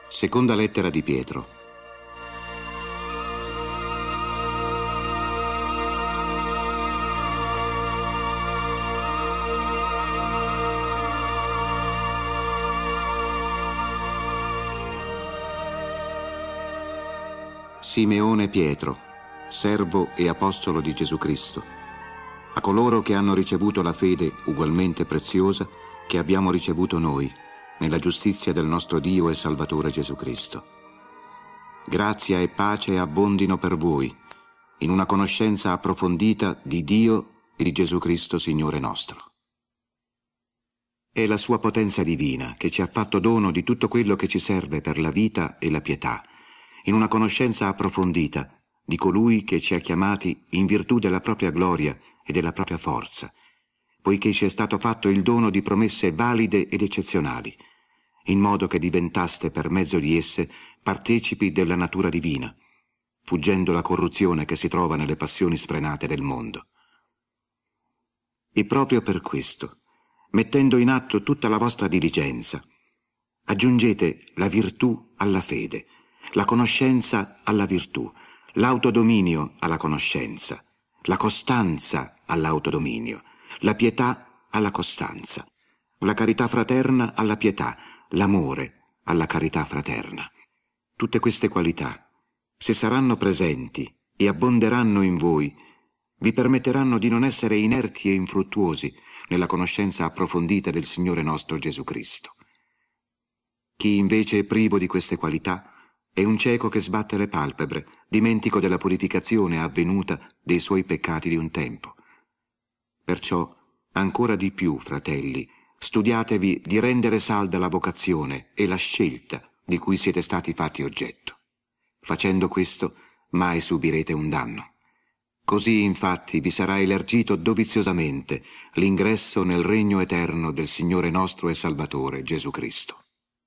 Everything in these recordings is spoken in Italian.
Seconda lettera di Pietro. Simeone Pietro, servo e apostolo di Gesù Cristo, a coloro che hanno ricevuto la fede ugualmente preziosa che abbiamo ricevuto noi, nella giustizia del nostro Dio e Salvatore Gesù Cristo. Grazia e pace abbondino per voi, in una conoscenza approfondita di Dio e di Gesù Cristo Signore nostro. È la sua potenza divina che ci ha fatto dono di tutto quello che ci serve per la vita e la pietà, in una conoscenza approfondita di colui che ci ha chiamati in virtù della propria gloria e della propria forza, poiché ci è stato fatto il dono di promesse valide ed eccezionali, in modo che diventaste per mezzo di esse partecipi della natura divina, fuggendo la corruzione che si trova nelle passioni sfrenate del mondo. E proprio per questo, mettendo in atto tutta la vostra diligenza, aggiungete la virtù alla fede, la conoscenza alla virtù, l'autodominio alla conoscenza, la costanza all'autodominio, la pietà alla costanza, la carità fraterna alla pietà, l'amore alla carità fraterna. Tutte queste qualità, se saranno presenti e abbonderanno in voi, vi permetteranno di non essere inerti e infruttuosi nella conoscenza approfondita del Signore nostro Gesù Cristo. Chi invece è privo di queste qualità è un cieco che sbatte le palpebre, dimentico della purificazione avvenuta dei suoi peccati di un tempo. Perciò, ancora di più, fratelli, studiatevi di rendere salda la vocazione e la scelta di cui siete stati fatti oggetto. Facendo questo, mai subirete un danno. Così, infatti, vi sarà elargito doviziosamente l'ingresso nel regno eterno del Signore nostro e Salvatore, Gesù Cristo.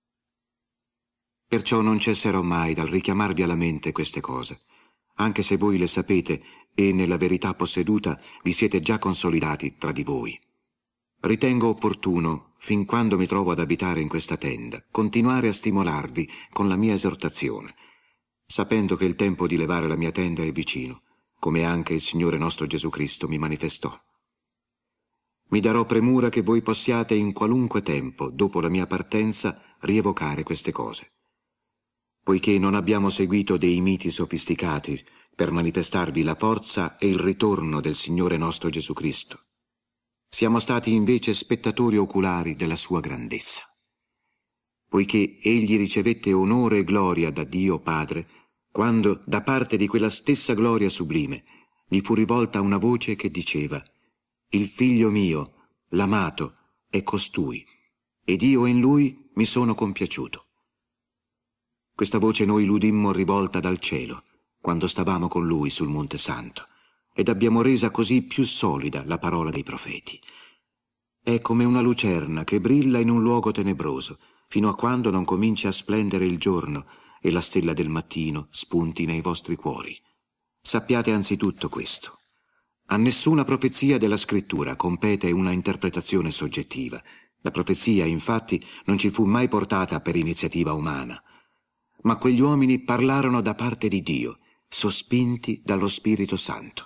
Perciò non cesserò mai dal richiamarvi alla mente queste cose, anche se voi le sapete e nella verità posseduta vi siete già consolidati tra di voi. Ritengo opportuno, fin quando mi trovo ad abitare in questa tenda, continuare a stimolarvi con la mia esortazione, sapendo che il tempo di levare la mia tenda è vicino, come anche il Signore nostro Gesù Cristo mi manifestò. Mi darò premura che voi possiate in qualunque tempo, dopo la mia partenza, rievocare queste cose. Poiché non abbiamo seguito dei miti sofisticati per manifestarvi la forza e il ritorno del Signore nostro Gesù Cristo. Siamo stati invece spettatori oculari della sua grandezza. Poiché egli ricevette onore e gloria da Dio Padre, quando da parte di quella stessa gloria sublime gli fu rivolta una voce che diceva: «Il figlio mio, l'amato, è costui, ed io in lui mi sono compiaciuto». Questa voce noi l'udimmo rivolta dal cielo, quando stavamo con lui sul Monte Santo, ed abbiamo resa così più solida la parola dei profeti. È come una lucerna che brilla in un luogo tenebroso, fino a quando non comincia a splendere il giorno e la stella del mattino spunti nei vostri cuori. Sappiate anzitutto questo. A nessuna profezia della Scrittura compete una interpretazione soggettiva. La profezia, infatti, non ci fu mai portata per iniziativa umana. Ma quegli uomini parlarono da parte di Dio, sospinti dallo Spirito Santo.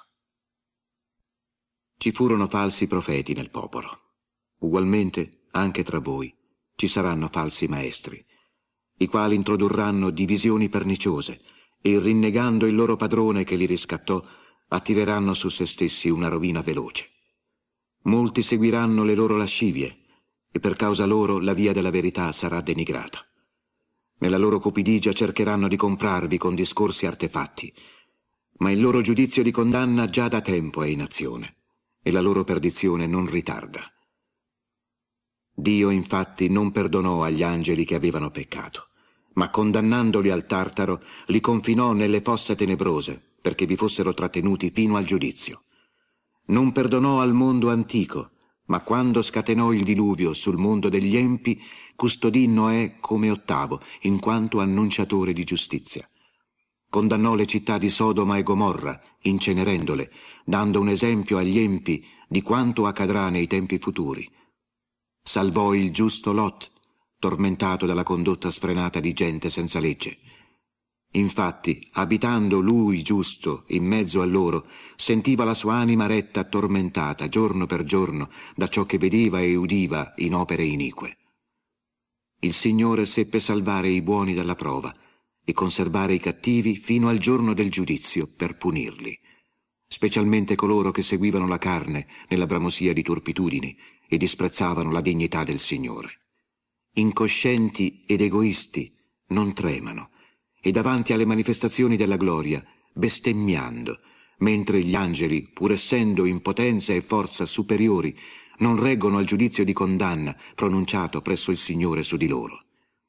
Ci furono falsi profeti nel popolo. Ugualmente, anche tra voi, ci saranno falsi maestri, i quali introdurranno divisioni perniciose e, rinnegando il loro padrone che li riscattò, attireranno su se stessi una rovina veloce. Molti seguiranno le loro lascivie, e per causa loro la via della verità sarà denigrata. Nella loro cupidigia cercheranno di comprarvi con discorsi artefatti, ma il loro giudizio di condanna già da tempo è in azione, e la loro perdizione non ritarda. Dio, infatti, non perdonò agli angeli che avevano peccato, ma condannandoli al Tartaro, li confinò nelle fosse tenebrose, perché vi fossero trattenuti fino al giudizio. Non perdonò al mondo antico, ma quando scatenò il diluvio sul mondo degli empi, custodì Noè come ottavo, in quanto annunciatore di giustizia. Condannò le città di Sodoma e Gomorra, incenerendole, dando un esempio agli empi di quanto accadrà nei tempi futuri. Salvò il giusto Lot, tormentato dalla condotta sfrenata di gente senza legge. Infatti, abitando lui giusto in mezzo a loro, sentiva la sua anima retta tormentata giorno per giorno da ciò che vedeva e udiva in opere inique. Il Signore seppe salvare i buoni dalla prova e conservare i cattivi fino al giorno del giudizio per punirli, specialmente coloro che seguivano la carne nella bramosia di turpitudini e disprezzavano la dignità del Signore. Incoscienti ed egoisti non tremano, e davanti alle manifestazioni della gloria, bestemmiando, mentre gli angeli, pur essendo in potenza e forza superiori, non reggono al giudizio di condanna pronunciato presso il Signore su di loro.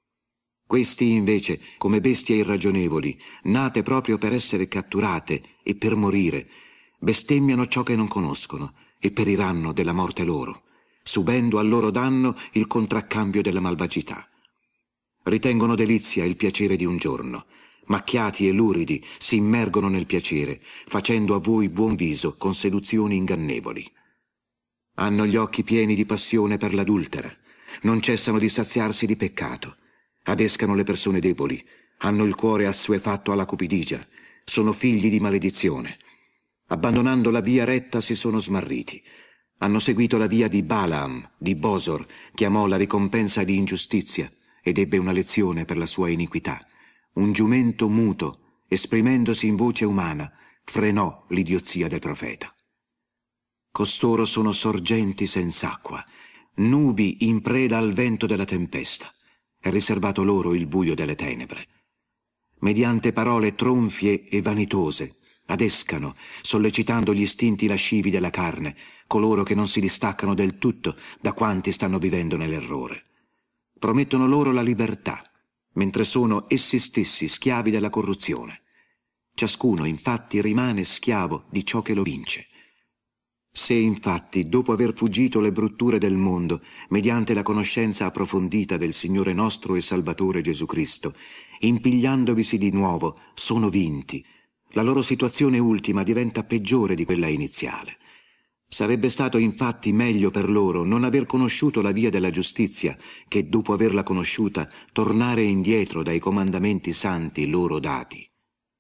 Questi invece, come bestie irragionevoli, nate proprio per essere catturate e per morire, bestemmiano ciò che non conoscono e periranno della morte loro, subendo al loro danno il contraccambio della malvagità. Ritengono delizia il piacere di un giorno, macchiati e luridi si immergono nel piacere, facendo a voi buon viso con seduzioni ingannevoli. Hanno gli occhi pieni di passione per l'adultera, non cessano di saziarsi di peccato, adescano le persone deboli, hanno il cuore assuefatto alla cupidigia, sono figli di maledizione. Abbandonando la via retta si sono smarriti. Hanno seguito la via di Balaam, di Bosor, che amò la ricompensa di ingiustizia ed ebbe una lezione per la sua iniquità. Un giumento muto, esprimendosi in voce umana, frenò l'idiozia del profeta. Costoro sono sorgenti senz'acqua, nubi in preda al vento della tempesta. È riservato loro il buio delle tenebre. Mediante parole tronfie e vanitose, adescano, sollecitando gli istinti lascivi della carne, coloro che non si distaccano del tutto da quanti stanno vivendo nell'errore. Promettono loro la libertà, mentre sono essi stessi schiavi della corruzione. Ciascuno, infatti, rimane schiavo di ciò che lo vince. Se, infatti, dopo aver fuggito le brutture del mondo, mediante la conoscenza approfondita del Signore nostro e Salvatore Gesù Cristo, impigliandovisi di nuovo, sono vinti, la loro situazione ultima diventa peggiore di quella iniziale. Sarebbe stato infatti meglio per loro non aver conosciuto la via della giustizia che, dopo averla conosciuta, tornare indietro dai comandamenti santi loro dati.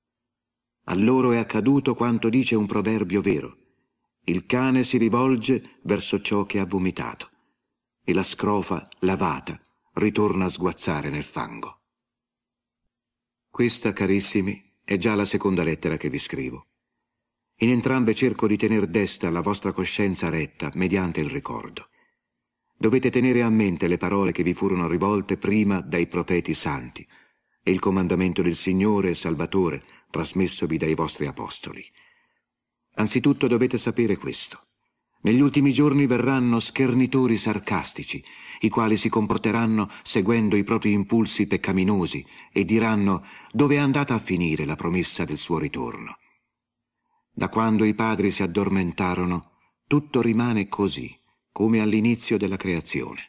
A loro è accaduto quanto dice un proverbio vero: il cane si rivolge verso ciò che ha vomitato e la scrofa lavata ritorna a sguazzare nel fango. Questa, carissimi, è già la seconda lettera che vi scrivo. In entrambe cerco di tener desta la vostra coscienza retta mediante il ricordo. Dovete tenere a mente le parole che vi furono rivolte prima dai profeti santi e il comandamento del Signore e Salvatore trasmessovi dai vostri apostoli. Anzitutto dovete sapere questo: negli ultimi giorni verranno schernitori sarcastici, i quali si comporteranno seguendo i propri impulsi peccaminosi e diranno: dove è andata a finire la promessa del suo ritorno? Da quando i padri si addormentarono, tutto rimane così, come all'inizio della creazione.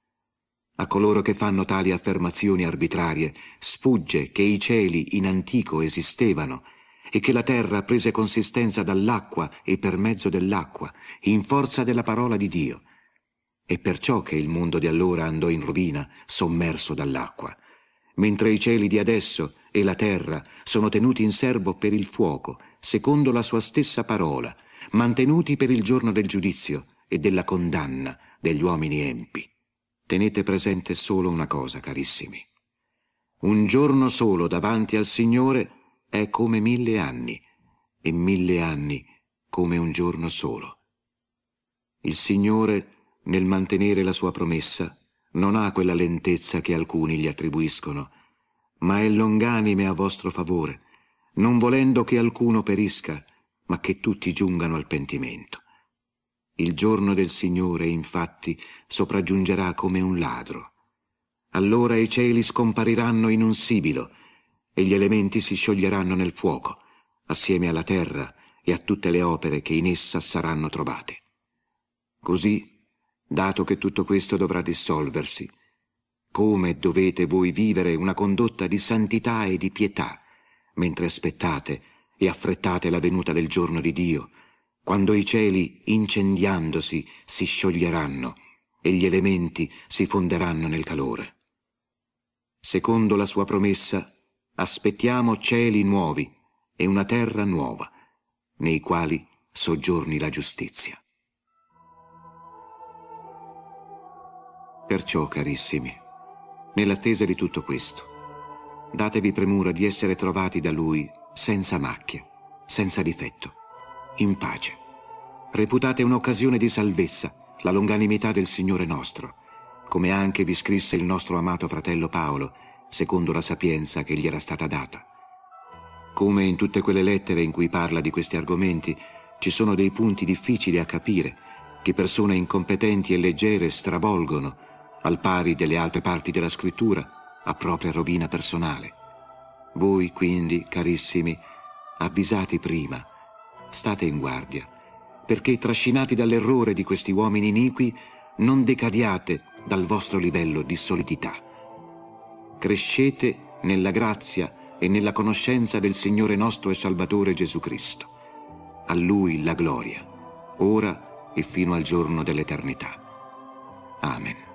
A coloro che fanno tali affermazioni arbitrarie sfugge che i cieli in antico esistevano e che la terra prese consistenza dall'acqua e per mezzo dell'acqua, in forza della parola di Dio. È perciò che il mondo di allora andò in rovina, sommerso dall'acqua, mentre i cieli di adesso e la terra sono tenuti in serbo per il fuoco, secondo la sua stessa parola, mantenuti per il giorno del giudizio e della condanna degli uomini empi. Tenete presente solo una cosa, carissimi: un giorno solo davanti al Signore è come 1000 anni, e 1000 anni come un giorno solo. Il Signore, nel mantenere la sua promessa, non ha quella lentezza che alcuni gli attribuiscono, ma è longanime a vostro favore, non volendo che alcuno perisca, ma che tutti giungano al pentimento. Il giorno del Signore, infatti, sopraggiungerà come un ladro. Allora i cieli scompariranno in un sibilo e gli elementi si scioglieranno nel fuoco, assieme alla terra e a tutte le opere che in essa saranno trovate. Così, dato che tutto questo dovrà dissolversi, come dovete voi vivere una condotta di santità e di pietà, mentre aspettate e affrettate la venuta del giorno di Dio, quando i cieli, incendiandosi, si scioglieranno e gli elementi si fonderanno nel calore. secondo la sua promessa, aspettiamo cieli nuovi e una terra nuova, nei quali soggiorni la giustizia. Perciò, carissimi, nell'attesa di tutto questo, datevi premura di essere trovati da Lui senza macchia, senza difetto, in pace. Reputate un'occasione di salvezza la longanimità del Signore nostro, come anche vi scrisse il nostro amato fratello Paolo, secondo la sapienza che gli era stata data. Come in tutte quelle lettere in cui parla di questi argomenti, ci sono dei punti difficili a capire, che persone incompetenti e leggere stravolgono, al pari delle altre parti della scrittura, a propria rovina personale. Voi, quindi, carissimi, avvisati prima, state in guardia, perché trascinati dall'errore di questi uomini iniqui, non decadiate dal vostro livello di solidità. Crescete nella grazia e nella conoscenza del Signore nostro e Salvatore Gesù Cristo. A Lui la gloria, ora e fino al giorno dell'eternità. Amen.